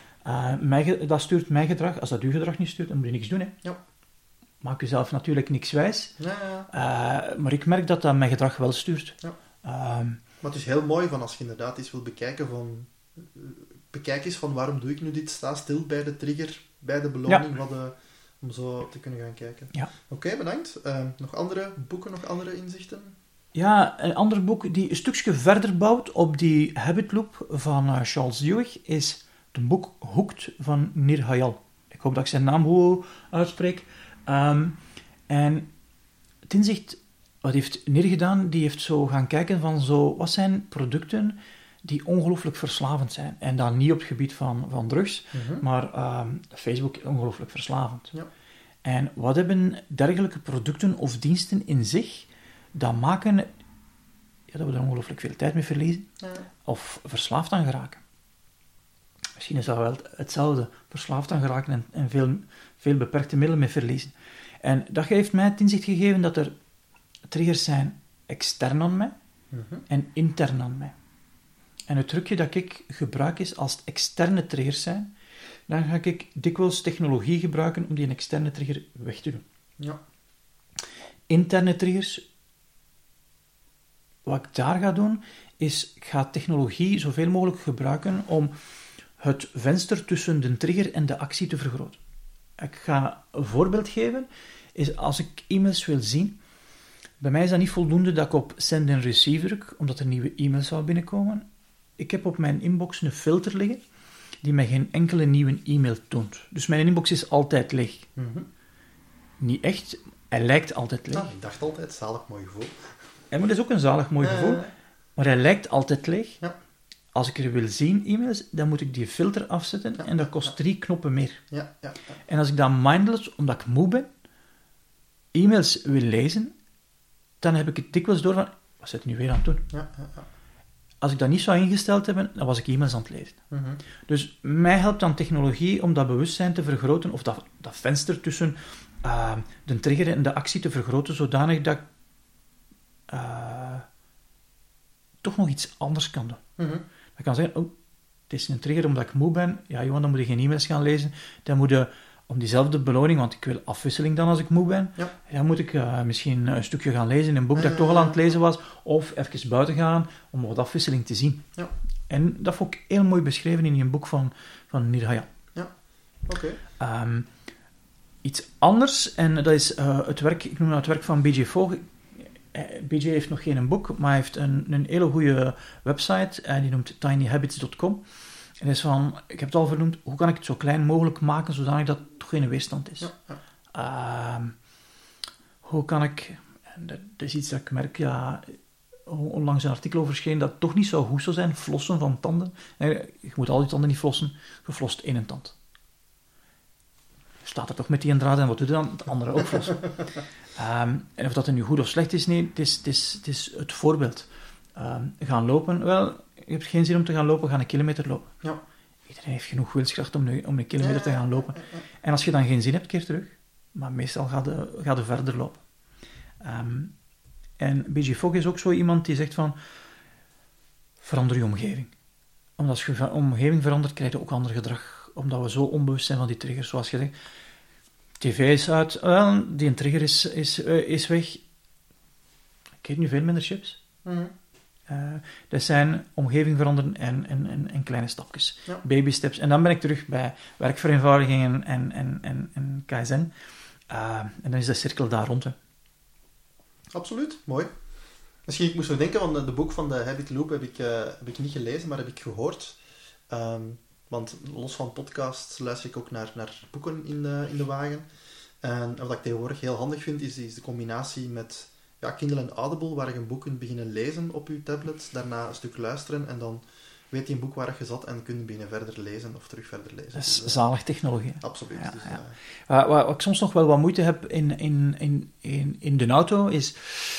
dat stuurt mijn gedrag. Als dat uw gedrag niet stuurt, dan moet je niks doen. Hè. Ja. Maak jezelf natuurlijk niks wijs. Maar ik merk dat mijn gedrag wel stuurt. Ja. Maar het is heel mooi van als je inderdaad iets wil bekijken van... Bekijk eens van waarom doe ik nu dit? Sta stil bij de trigger, bij de beloning, om zo te kunnen gaan kijken. Ja. Oké, bedankt. Nog andere boeken, nog andere inzichten? Ja, een ander boek die een stukje verder bouwt op die habit loop van Charles Duhigg is het boek Hooked van Nir Hayal. Ik hoop dat ik zijn naam goed uitspreek. En het inzicht, wat heeft Nir gedaan? Die heeft zo gaan kijken van wat zijn producten die ongelooflijk verslavend zijn. En dan niet op het gebied van drugs, maar Facebook is ongelooflijk verslavend. Ja. En wat hebben dergelijke producten of diensten in zich dat maken dat we er ongelooflijk veel tijd mee verliezen of verslaafd aan geraken? Misschien is dat wel hetzelfde, verslaafd aan geraken en veel beperkte middelen mee verliezen. En dat heeft mij het inzicht gegeven dat er triggers zijn extern aan mij en intern aan mij. En het trucje dat ik gebruik is, als het externe triggers zijn, dan ga ik dikwijls technologie gebruiken om die externe trigger weg te doen. Ja. Interne triggers, wat ik daar ga doen, is ik ga technologie zoveel mogelijk gebruiken om het venster tussen de trigger en de actie te vergroten. Ik ga een voorbeeld geven, is als ik e-mails wil zien, bij mij is dat niet voldoende dat ik op send en receive druk, omdat er nieuwe e-mails zou binnenkomen. Ik heb op mijn inbox een filter liggen die mij geen enkele nieuwe e-mail toont. Dus mijn inbox is altijd leeg. Niet echt, hij lijkt altijd leeg. Nou, ik dacht altijd, zalig mooi gevoel. Maar dat is ook een zalig mooi gevoel. Maar hij lijkt altijd leeg. Ja. Als ik er wil zien, e-mails, dan moet ik die filter afzetten en dat kost 3 knoppen meer. Ja. En als ik dan mindless, omdat ik moe ben, e-mails wil lezen, dan heb ik het dikwijls door van, wat zit ik nu weer aan het doen? Als ik dat niet zou ingesteld hebben, dan was ik e-mails aan het lezen. Dus mij helpt dan technologie om dat bewustzijn te vergroten, of dat venster tussen de trigger en de actie te vergroten, zodanig dat ik toch nog iets anders kan doen. Ik kan zeggen, het is een trigger omdat ik moe ben. Ja, Johan, dan moet je geen e-mails gaan lezen. Dan moet je om diezelfde beloning, want ik wil afwisseling dan als ik moe ben, dan moet ik misschien een stukje gaan lezen in een boek dat ik toch al aan het lezen was, of even buiten gaan om wat afwisseling te zien. Ja. En dat vond ik heel mooi beschreven in een boek van Nir Hayal. Ja, oké. Iets anders, en dat is het werk, ik noem het werk van BJ Fogg. BJ heeft nog geen boek, maar hij heeft een hele goede website, die noemt tinyhabits.com. En dat is van, ik heb het al vernoemd, hoe kan ik het zo klein mogelijk maken, zodanig dat het toch geen weerstand is. Hoe kan ik, en dat is iets dat ik merk, onlangs een artikel over verschenen dat het toch niet zo goed zou zijn, flossen van tanden. Je moet al je tanden niet flossen, je flost één tand. Staat er toch met die draad en wat doe je dan? Het andere ook flossen. En of dat nu goed of slecht is, nee, het is het voorbeeld. Gaan lopen, wel, je hebt geen zin om te gaan lopen, ga een kilometer lopen. Ja. Iedereen heeft genoeg wilskracht om een kilometer te gaan lopen. En als je dan geen zin hebt, keer terug. Maar meestal ga je verder lopen. En B.G. Fogg is ook zo iemand die zegt van, verander je omgeving. Omdat als je omgeving verandert, krijg je ook ander gedrag. Omdat we zo onbewust zijn van die triggers. Zoals je zegt, tv is uit, die trigger is weg. Ik eet nu veel minder chips. Mm-hmm. Dat zijn omgeving veranderen en kleine stapjes. Ja. Baby steps. En dan ben ik terug bij werkvereenvoudigingen en KSN. En dan is de cirkel daar rond. Hè. Absoluut, mooi. Misschien, ik moest nog denken, want de boek van de Habit Loop heb ik niet gelezen, maar heb ik gehoord. Want los van podcasts luister ik ook naar boeken in de wagen. En wat ik tegenwoordig heel handig vind, is de combinatie met Kindle en Audible, waar je een boek kunt beginnen lezen op je tablet, daarna een stuk luisteren en dan weet je een boek waar je zat en kun je beginnen verder lezen of terug verder lezen. Dat is zalig technologie. Absoluut. Ja, dus, ja. Wat ik soms nog wel wat moeite heb in de auto is,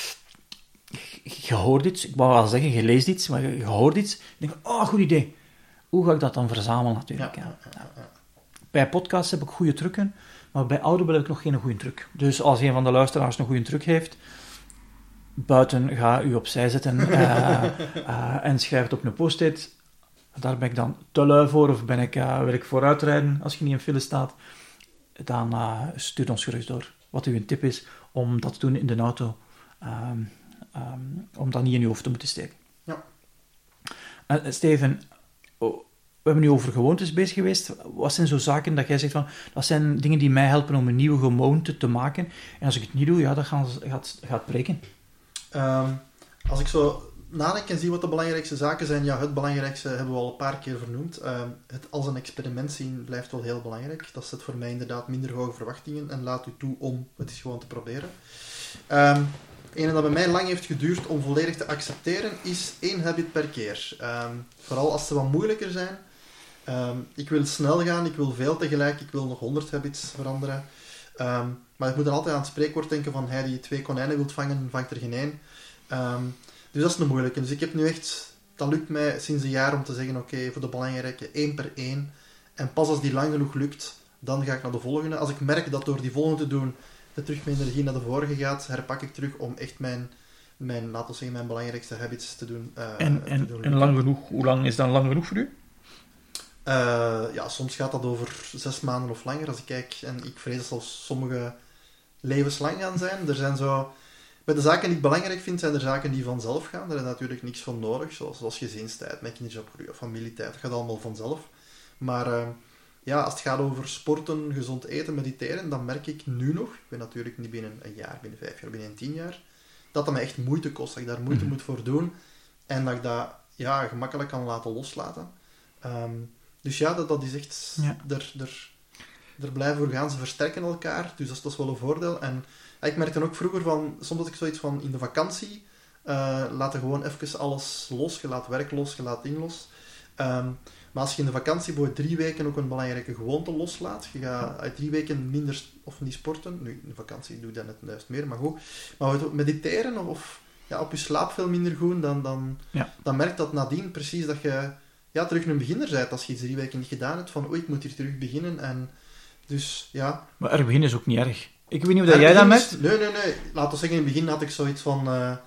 je hoort iets, ik wou wel zeggen, je leest iets, maar je hoort iets, en je denkt, goed idee. Hoe ga ik dat dan verzamelen natuurlijk? Ja. Bij podcasts heb ik goede trucken, maar bij Audible heb ik nog geen goede truc. Dus als een van de luisteraars een goede truc heeft, buiten ga u opzij zetten en schrijf het op een post-it. Daar ben ik dan te lui voor, of wil ik vooruitrijden als je niet in file staat. Dan stuur ons gerust door wat uw tip is om dat te doen in de auto. Om dat niet in je hoofd te moeten steken. Ja. Steven, we hebben nu over gewoontes bezig geweest. Wat zijn zo zaken dat jij zegt van, dat zijn dingen die mij helpen om een nieuwe gewoonte te maken. En als ik het niet doe, dat gaat breken. Als ik zo nadenk en zie wat de belangrijkste zaken zijn, het belangrijkste hebben we al een paar keer vernoemd. Het als een experiment zien blijft wel heel belangrijk. Dat zet voor mij inderdaad minder hoge verwachtingen en laat u toe om het eens gewoon te proberen. Een dat bij mij lang heeft geduurd om volledig te accepteren, is 1 habit per keer. Vooral als ze wat moeilijker zijn. Ik wil snel gaan, ik wil veel tegelijk, ik wil nog 100 habits veranderen. Maar ik moet dan altijd aan het spreekwoord denken van hij die 2 konijnen wilt vangen, vangt er geen 1. Dus dat is een moeilijke. Dus ik heb nu echt, dat lukt mij sinds een jaar om te zeggen, oké, voor de belangrijke 1 per 1. En pas als die lang genoeg lukt, dan ga ik naar de volgende. Als ik merk dat door die volgende te doen, dat terug mijn energie naar de vorige gaat, herpak ik terug om echt mijn laten we zeggen, mijn belangrijkste habits te doen. En lang genoeg, hoe lang is dan lang genoeg voor u? Soms gaat dat over 6 maanden of langer. Als ik kijk, en ik vrees dat zelfs sommige levenslang gaan zijn. Er zijn zo... Bij de zaken die ik belangrijk vind, zijn er zaken die vanzelf gaan. Daar is natuurlijk niks voor nodig, zoals gezinstijd, met kindjes opgroeien, familietijd. Dat gaat allemaal vanzelf. Maar als het gaat over sporten, gezond eten, mediteren, dan merk ik nu nog, ik ben natuurlijk niet binnen een jaar, binnen 5 jaar, binnen 10 jaar, dat me echt moeite kost, dat ik daar moeite moet voor doen. En dat ik dat gemakkelijk kan laten loslaten. Dus dat is echt... Ja. Er blijven organen, ze versterken elkaar, dus dat is wel een voordeel. En ik merkte ook vroeger van, soms had ik zoiets van, in de vakantie, laat er gewoon even alles los, je laat werk los, je laat ding los. Maar als je in de vakantie bijvoorbeeld 3 weken ook een belangrijke gewoonte loslaat, je gaat uit 3 weken minder of niet sporten, nu in de vakantie doe je dat net juist meer, maar goed. Maar mediteren of op je slaap veel minder goed, dan merkt dat nadien precies dat je terug een beginner bent als je iets 3 weken niet gedaan hebt, van ik moet hier terug beginnen en dus Maar er beginnen is ook niet erg. Ik weet niet of jij dat merkt. Nee. Laten we zeggen, in het begin had ik zoiets van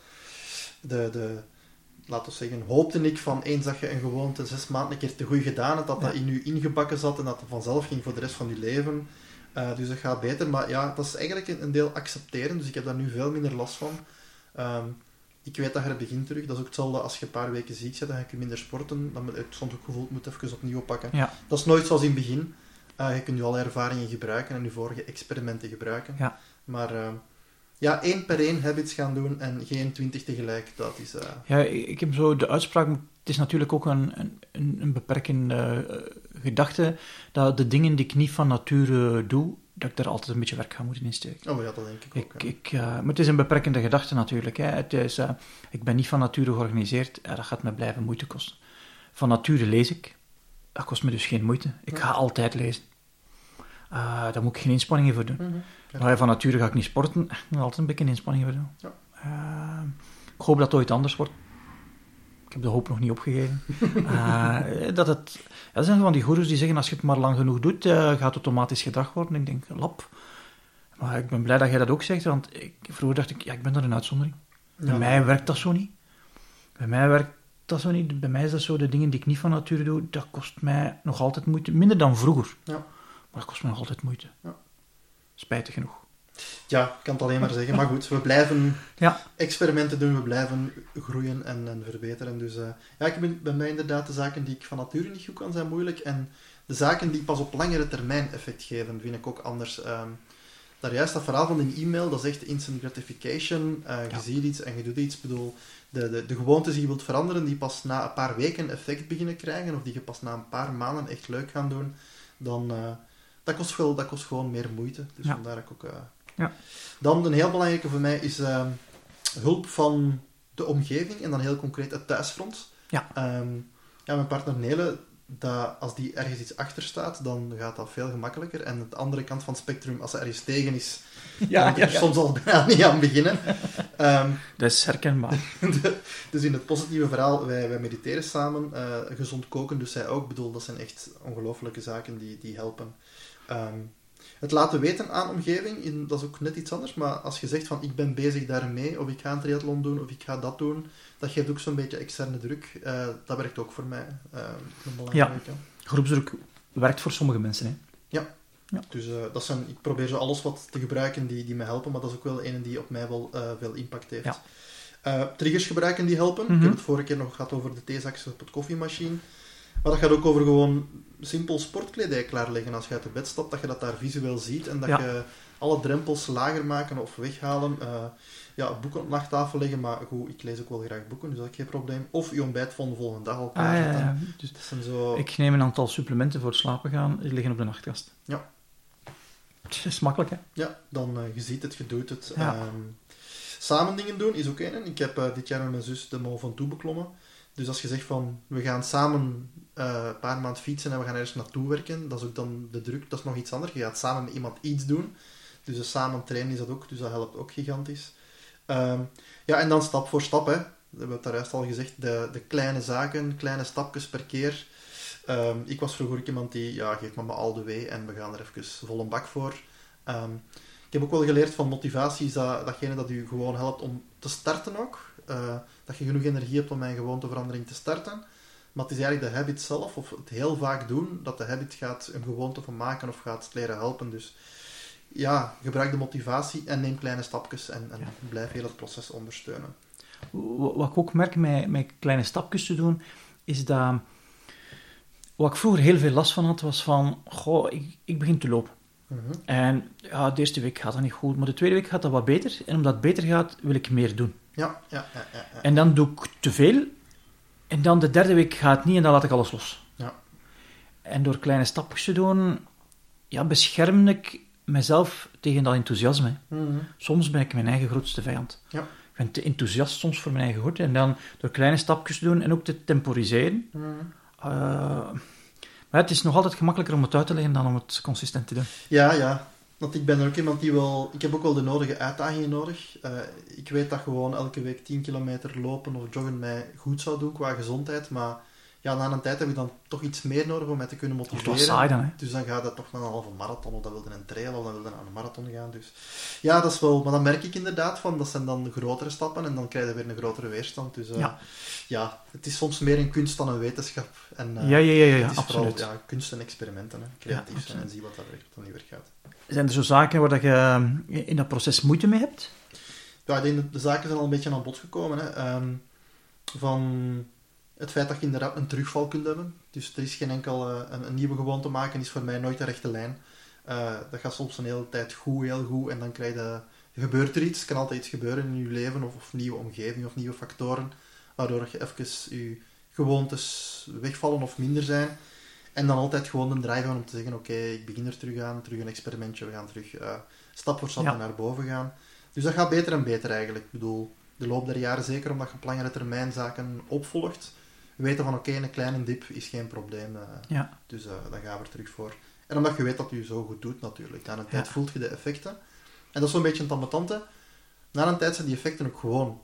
laten we zeggen, hoopte ik van eens dat je een gewoonte 6 maanden een keer te goed gedaan hebt, dat in je ingebakken zat en dat het vanzelf ging voor de rest van je leven. Dus dat gaat beter. Maar dat is eigenlijk een deel accepteren, dus ik heb daar nu veel minder last van. Ik weet dat je het begint terug. Dat is ook hetzelfde als je een paar weken ziek bent en je kunt minder sporten. Dan heb ik soms ook gevoeld, moet even opnieuw oppakken. Ja. Dat is nooit zoals in het begin. Je kunt nu alle ervaringen gebruiken en je vorige experimenten gebruiken. Ja. Maar 1 per 1 habits gaan doen en geen 20 tegelijk, dat is... Ja, ik heb zo de uitspraak... Het is natuurlijk ook een beperkende gedachte dat de dingen die ik niet van nature doe, dat ik daar altijd een beetje werk ga moeten insteken. Oh ja, dat denk ik ook. Maar het is een beperkende gedachte natuurlijk. Hè. Ik ben niet van nature georganiseerd. Dat gaat me blijven moeite kosten. Van nature lees ik. Dat kost me dus geen moeite. Ik ga altijd lezen. Daar moet ik geen inspanningen voor doen. Mm-hmm. Maar van nature ga ik niet sporten. Ik moet altijd een beetje inspanningen voor doen. Ja. Ik hoop dat het ooit anders wordt. Ik heb de hoop nog niet opgegeven. Dat zijn van die goeroes die zeggen, als je het maar lang genoeg doet, gaat het automatisch gedrag worden. Ik denk, lap. Maar ik ben blij dat jij dat ook zegt, want vroeger dacht ik, ik ben daar een uitzondering. Bij mij werkt dat zo niet. Bij mij is dat zo, de dingen die ik niet van nature doe, dat kost mij nog altijd moeite. Minder dan vroeger. Ja. Maar dat kost me nog altijd moeite. Ja. Spijtig genoeg. Ja, ik kan het alleen maar zeggen. Maar goed, we blijven experimenten doen, we blijven groeien en verbeteren. Dus bij mij inderdaad de zaken die ik van nature niet goed kan, zijn moeilijk. En de zaken die pas op langere termijn effect geven, vind ik ook anders. Daar juist dat verhaal van een e-mail, dat is echt instant gratification. Je ziet iets en je doet iets. Ik bedoel, de gewoontes die je wilt veranderen, die pas na een paar weken effect beginnen krijgen, of die je pas na een paar maanden echt leuk gaan doen, dan dat kost gewoon meer moeite. Dus vandaar dat ik ook... Dan, een heel belangrijke voor mij is hulp van de omgeving, en dan heel concreet het thuisfront. Mijn partner Nele, als die ergens iets achter staat, dan gaat dat veel gemakkelijker. En de andere kant van het spectrum, als ze ergens tegen is, dan moet ik soms al bijna niet aan beginnen. Dat is herkenbaar. Dus in het positieve verhaal, wij mediteren samen, gezond koken, dus zij ook. Ik bedoel, dat zijn echt ongelooflijke zaken die helpen. Het laten weten aan omgeving, dat is ook net iets anders, maar als je zegt van ik ben bezig daarmee, of ik ga een triathlon doen, of ik ga dat doen, dat geeft ook zo'n beetje externe druk. Dat werkt ook voor mij. Groepsdruk werkt voor sommige mensen. Hè? Ja. Dus ik probeer zo alles wat te gebruiken die me helpen, maar dat is ook wel een die op mij wel veel impact heeft. Triggers gebruiken die helpen. Ik heb het vorige keer nog gehad over de theezakjes op het koffiemachine. Maar dat gaat ook over gewoon simpel sportkledij klaarleggen als je uit de bed stapt, dat je dat daar visueel ziet en dat je alle drempels lager maken of weghalen. Boeken op nachttafel leggen, maar goed, ik lees ook wel graag boeken, dus dat is geen probleem. Of je ontbijt van de volgende dag al klaarzetten. Dus dat zijn zo... Ik neem een aantal supplementen voor het slapen gaan, die liggen op de nachtkast. Ja. Het is makkelijk, hè? Ja, dan je ziet het, je doet het. Samen dingen doen is ook één. Ik heb dit jaar met mijn zus de Mont Ventoux beklommen. Dus als je zegt van, we gaan samen een paar maanden fietsen en we gaan ergens naartoe werken, dat is ook dan de druk, dat is nog iets anders. Je gaat samen met iemand iets doen. Dus samen trainen is dat ook, dus dat helpt ook gigantisch. En dan stap voor stap, hè. We hebben het daar juist al gezegd, de kleine zaken, kleine stapjes per keer. Ik was vroeger iemand die, geef me maar al de wee en we gaan er even vol een bak voor. Ik heb ook wel geleerd van motivatie, is datgene dat u gewoon helpt om te starten ook. Dat je genoeg energie hebt om mijn gewoonteverandering te starten. Maar het is eigenlijk de habit zelf, of het heel vaak doen, dat de habit gaat een gewoonte van maken of gaat het leren helpen. Dus gebruik de motivatie en neem kleine stapjes en blijf heel het proces ondersteunen. Wat ik ook merk met kleine stapjes te doen, is dat... Wat ik vroeger heel veel last van had, was van... ik begin te lopen. Mm-hmm. En de eerste week gaat dat niet goed, maar de tweede week gaat dat wat beter. En omdat het beter gaat, wil ik meer doen. Ja. En dan doe ik te veel. En dan de derde week gaat het niet en dan laat ik alles los. Ja. En door kleine stapjes te doen, bescherm ik mezelf tegen dat enthousiasme. Mm-hmm. Soms ben ik mijn eigen grootste vijand. Ja. Ik ben te enthousiast soms voor mijn eigen goed. En dan door kleine stapjes te doen en ook te temporiseren. Mm-hmm. Maar het is nog altijd gemakkelijker om het uit te leggen dan om het consistent te doen. Ja. Want ik ben er ook iemand die wel... Ik heb ook wel de nodige uitdagingen nodig. Ik weet dat gewoon elke week 10 kilometer lopen of joggen mij goed zou doen qua gezondheid. Maar na een tijd heb ik dan toch iets meer nodig om mij te kunnen motiveren. Dat is saai dan, hè? Dus dan gaat dat toch naar een halve marathon, of dat wilde een trail, of dat wilde naar een marathon gaan. Dus dat is wel... Maar dan merk ik inderdaad van, dat zijn dan grotere stappen en dan krijg je weer een grotere weerstand. Dus het is soms meer een kunst dan een wetenschap. En, het is absoluut. Vooral kunst en experimenten, hè. Creatief zijn en zien wat dat werkt, wat dat niet werkt gaat. Zijn er zo zaken waar je in dat proces moeite mee hebt? Ja, ik denk dat de zaken zijn al een beetje aan bod gekomen. Hè. Van het feit dat je inderdaad een terugval kunt hebben. Dus er is geen enkel... een nieuwe gewoonte maken is voor mij nooit een rechte lijn. Dat gaat soms een hele tijd heel goed. En dan gebeurt er iets. Er kan altijd iets gebeuren in je leven. Of nieuwe omgeving of nieuwe factoren. Waardoor je even je gewoontes wegvallen of minder zijn. En dan altijd gewoon de drive hebben om te zeggen, oké, ik begin er terug aan, terug een experimentje, we gaan terug stap voor stap naar boven gaan. Dus dat gaat beter en beter eigenlijk. Ik bedoel, de loop der jaren, zeker omdat je op langere termijn zaken opvolgt, weten van oké, een kleine dip is geen probleem. Dus daar gaan we er terug voor. En omdat je weet dat je zo goed doet natuurlijk. Na een tijd voelt je de effecten. En dat is zo'n beetje een ambetante. Na een tijd zijn die effecten ook gewoon.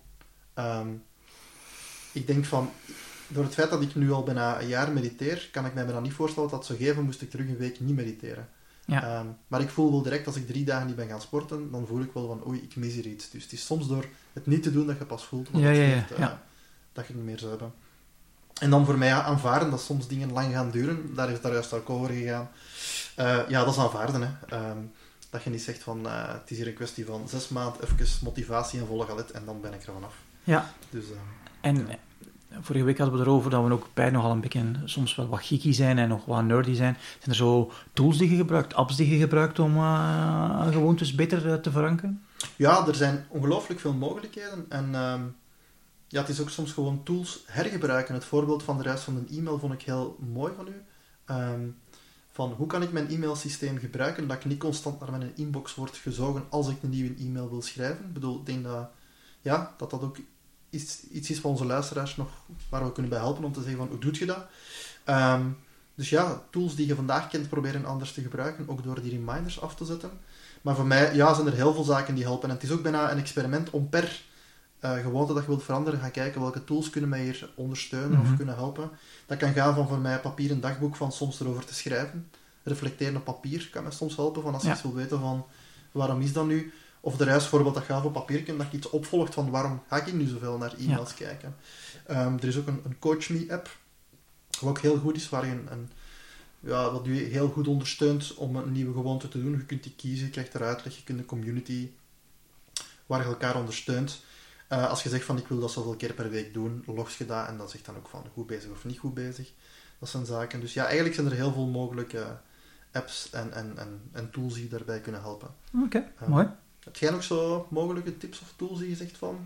Ik denk van, door het feit dat ik nu al bijna een jaar mediteer, kan ik mij bijna niet voorstellen dat zo geven moest ik terug een week niet mediteren. Ja. Maar ik voel wel direct, als ik 3 dagen niet ben gaan sporten, dan voel ik wel van, oei, ik mis hier iets. Dus het is soms door het niet te doen dat je pas voelt wat dat je niet meer zou hebben. En dan voor mij aanvaarden dat soms dingen lang gaan duren. Daar is daar juist ook over gegaan. Dat is aanvaarden. Hè. Dat je niet zegt van, het is hier een kwestie van 6 maanden, even motivatie en volle galet en dan ben ik er vanaf. Ja. Dus, vorige week hadden we erover dat we ook beide nogal een beetje soms wel wat geeky zijn en nog wat nerdy zijn. Zijn er zo tools die je gebruikt, apps die je gebruikt om gewoontes beter te verankeren? Ja, er zijn ongelooflijk veel mogelijkheden. En het is ook soms gewoon tools hergebruiken. Het voorbeeld van de reis van een e-mail vond ik heel mooi van u. Van hoe kan ik mijn e-mailsysteem gebruiken dat ik niet constant naar mijn inbox word gezogen als ik een nieuwe e-mail wil schrijven. Ik bedoel, ik denk dat ook iets is van onze luisteraars nog waar we kunnen bij helpen om te zeggen van hoe doe je dat? Dus tools die je vandaag kent proberen anders te gebruiken, ook door die reminders af te zetten. Maar voor mij zijn er heel veel zaken die helpen. En het is ook bijna een experiment om per gewoonte dat je wilt veranderen, gaan kijken welke tools kunnen mij hier ondersteunen of kunnen helpen. Dat kan gaan van voor mij papier een dagboek van soms erover te schrijven. Reflecteren op papier kan mij soms helpen van als je iets wil weten van waarom is dat nu? Of de reisvoorbeeld dat gaat op papier, dat je iets opvolgt van waarom ga ik nu zoveel naar e-mails kijken. Er is ook een Coach Me app, wat ook heel goed is, waar je wat u heel goed ondersteunt om een nieuwe gewoonte te doen. Je kunt die kiezen, je krijgt er uitleg, je kunt een community waar je elkaar ondersteunt. Als je zegt van ik wil dat zoveel keer per week doen, logs je dat en dan zegt dan ook van goed bezig of niet goed bezig. Dat zijn zaken. Dus eigenlijk zijn er heel veel mogelijke apps en tools die daarbij kunnen helpen. Oké, mooi. Heb jij nog zo mogelijke tips of tools die je zegt van?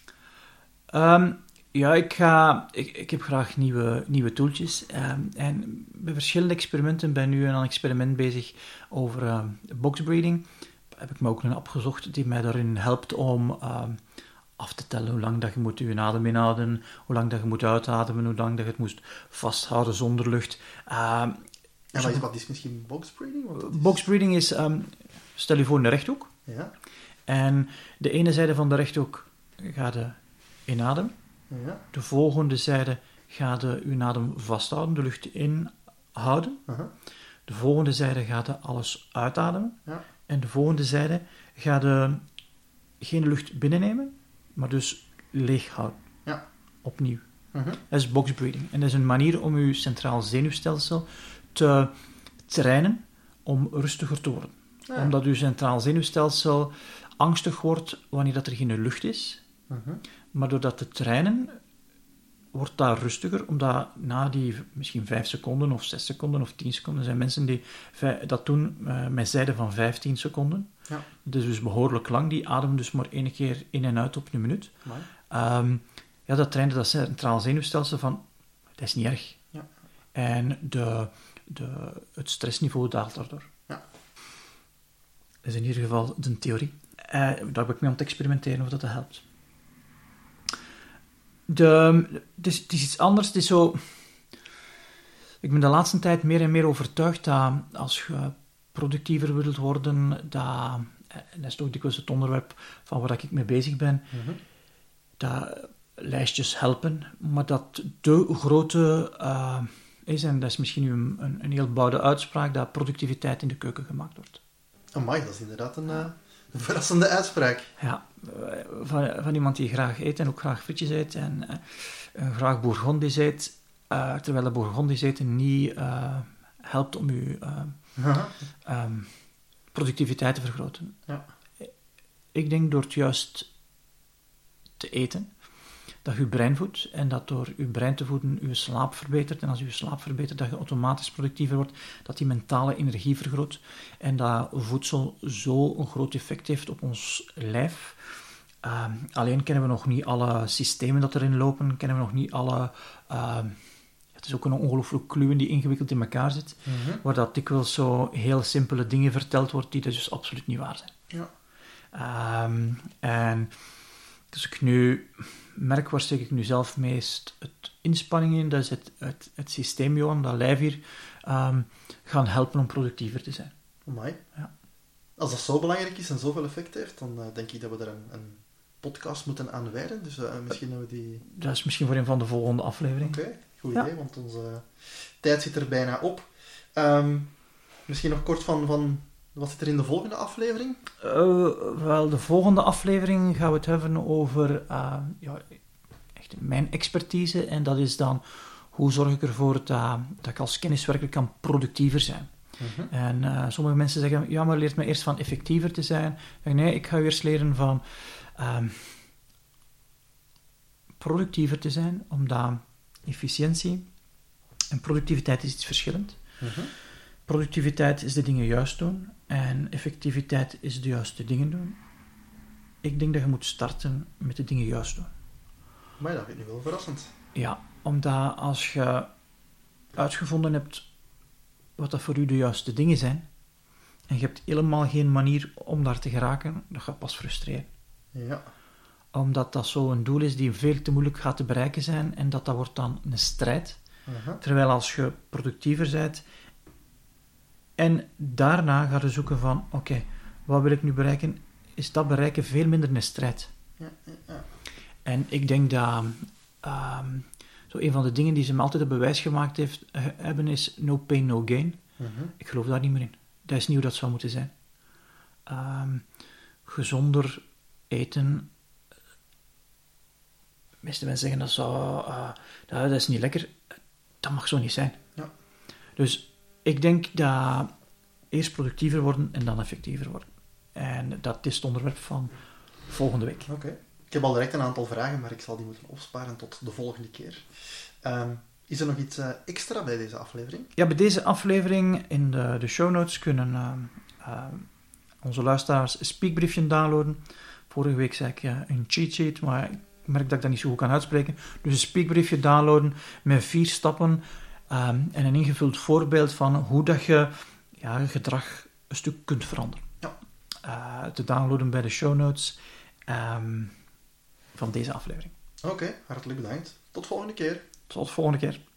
Ik heb graag nieuwe tooltjes. En bij verschillende experimenten ben ik nu aan een experiment bezig over boxbreathing. Heb ik me ook een app gezocht die mij daarin helpt om af te tellen hoe lang dat je moet je adem inhouden, hoe lang dat je moet uitademen, hoe lang dat je het moet vasthouden zonder lucht. En wat is misschien boxbreathing? Boxbreathing is, stel je voor een rechthoek. Ja. En de ene zijde van de rechthoek gaat je inademen. Ja. De volgende zijde gaat je adem vasthouden, de lucht inhouden. De volgende zijde gaat je alles uitademen. Ja. En de volgende zijde gaat je geen lucht binnennemen, maar dus leeg houden. Ja. Opnieuw. Dat is boxbreathing. En dat is een manier om je centraal zenuwstelsel te trainen om rustiger te worden. Ja. Omdat je centraal zenuwstelsel angstig wordt wanneer dat er geen lucht is. Maar doordat te trainen, wordt dat rustiger, omdat na die misschien 5 seconden of 6 seconden of 10 seconden, zijn mensen die dat doen met zijden van 15 seconden. Ja. Dat is dus behoorlijk lang. Die ademen dus maar 1 keer in en uit op een minuut. Dat trainde dat centraal zenuwstelsel van, dat is niet erg. Ja. En het stressniveau daalt daardoor. Ja. Dat is in ieder geval de theorie. Daar ben ik mee aan het experimenteren of dat helpt. Het is iets anders. Het is zo... Ik ben de laatste tijd meer en meer overtuigd dat als je productiever wilt worden, en dat is toch dikwijls het onderwerp van waar ik mee bezig ben, dat lijstjes helpen, maar dat de grote is, en dat is misschien een heel boude uitspraak, dat productiviteit in de keuken gemaakt wordt. Amai, dat is inderdaad een verrassende uitspraak. Ja, van iemand die graag eet en ook graag frietjes eet en graag bourgondisch eet, terwijl de bourgondisch eten niet helpt om je productiviteit te vergroten. Ja. Ik denk door het juist te eten, dat je brein voedt en dat door je brein te voeden je slaap verbetert. En als je slaap verbetert, dat je automatisch productiever wordt, dat die mentale energie vergroot en dat voedsel zo een groot effect heeft op ons lijf. Alleen kennen we nog niet alle systemen dat erin lopen, kennen we nog niet alle Het is ook een ongelooflijk kluwen die ingewikkeld in elkaar zit, waar dat dikwijls zo heel simpele dingen verteld wordt die dus absoluut niet waar zijn. Ja. En dus ik nu merk, waar steek ik nu zelf meest het inspanning in, dat is het systeem, Johan, dat lijf hier, gaan helpen om productiever te zijn. Amai. Ja. Als dat zo belangrijk is en zoveel effect heeft, dan denk ik dat we er een podcast moeten aan wijden. Dus misschien hebben we die... Dat is misschien voor een van de volgende afleveringen. Oké, goed idee, want onze tijd zit er bijna op. Misschien nog kort van wat zit er in de volgende aflevering? Wel, de volgende aflevering gaan we het hebben over echt mijn expertise. En dat is dan, hoe zorg ik ervoor dat ik als kenniswerker kan productiever zijn. En sommige mensen zeggen, ja, maar leert me eerst van effectiever te zijn. Nee, ik ga u eerst leren van productiever te zijn, omdat efficiëntie en productiviteit is iets verschillend. Productiviteit is de dingen juist doen en effectiviteit is de juiste dingen doen. Ik denk dat je moet starten met de dingen juist doen. Maar dat vind ik nu wel verrassend. Ja, omdat als je uitgevonden hebt wat dat voor u de juiste dingen zijn, en je hebt helemaal geen manier om daar te geraken, dat gaat pas frustreren. Ja. Omdat dat zo'n doel is die veel te moeilijk gaat te bereiken zijn, en dat wordt dan een strijd. Terwijl als je productiever bent, en daarna ga je zoeken van, oké, wat wil ik nu bereiken, is dat bereiken veel minder een strijd. Ja. En ik denk dat zo een van de dingen die ze me altijd op bewijs gemaakt hebben is no pain, no gain. Ik geloof daar niet meer in. Dat is niet hoe dat zou moeten zijn. Gezonder eten. De meeste mensen zeggen dat is niet lekker. Dat mag zo niet zijn. Ja. Dus ik denk dat eerst productiever worden en dan effectiever worden. En dat is het onderwerp van volgende week. Oké. Ik heb al direct een aantal vragen, maar ik zal die moeten opsparen tot de volgende keer. Is er nog iets extra bij deze aflevering? Ja, bij deze aflevering in de show notes kunnen onze luisteraars een speakbriefje downloaden. Vorige week zei ik een cheat sheet, maar ik merk dat ik dat niet zo goed kan uitspreken. Dus een speakbriefje downloaden met 4 stappen en een ingevuld voorbeeld van hoe dat je je gedrag een stuk kunt veranderen. Ja. Te downloaden bij de show notes van deze aflevering. Oké, hartelijk bedankt. Tot volgende keer. Tot volgende keer.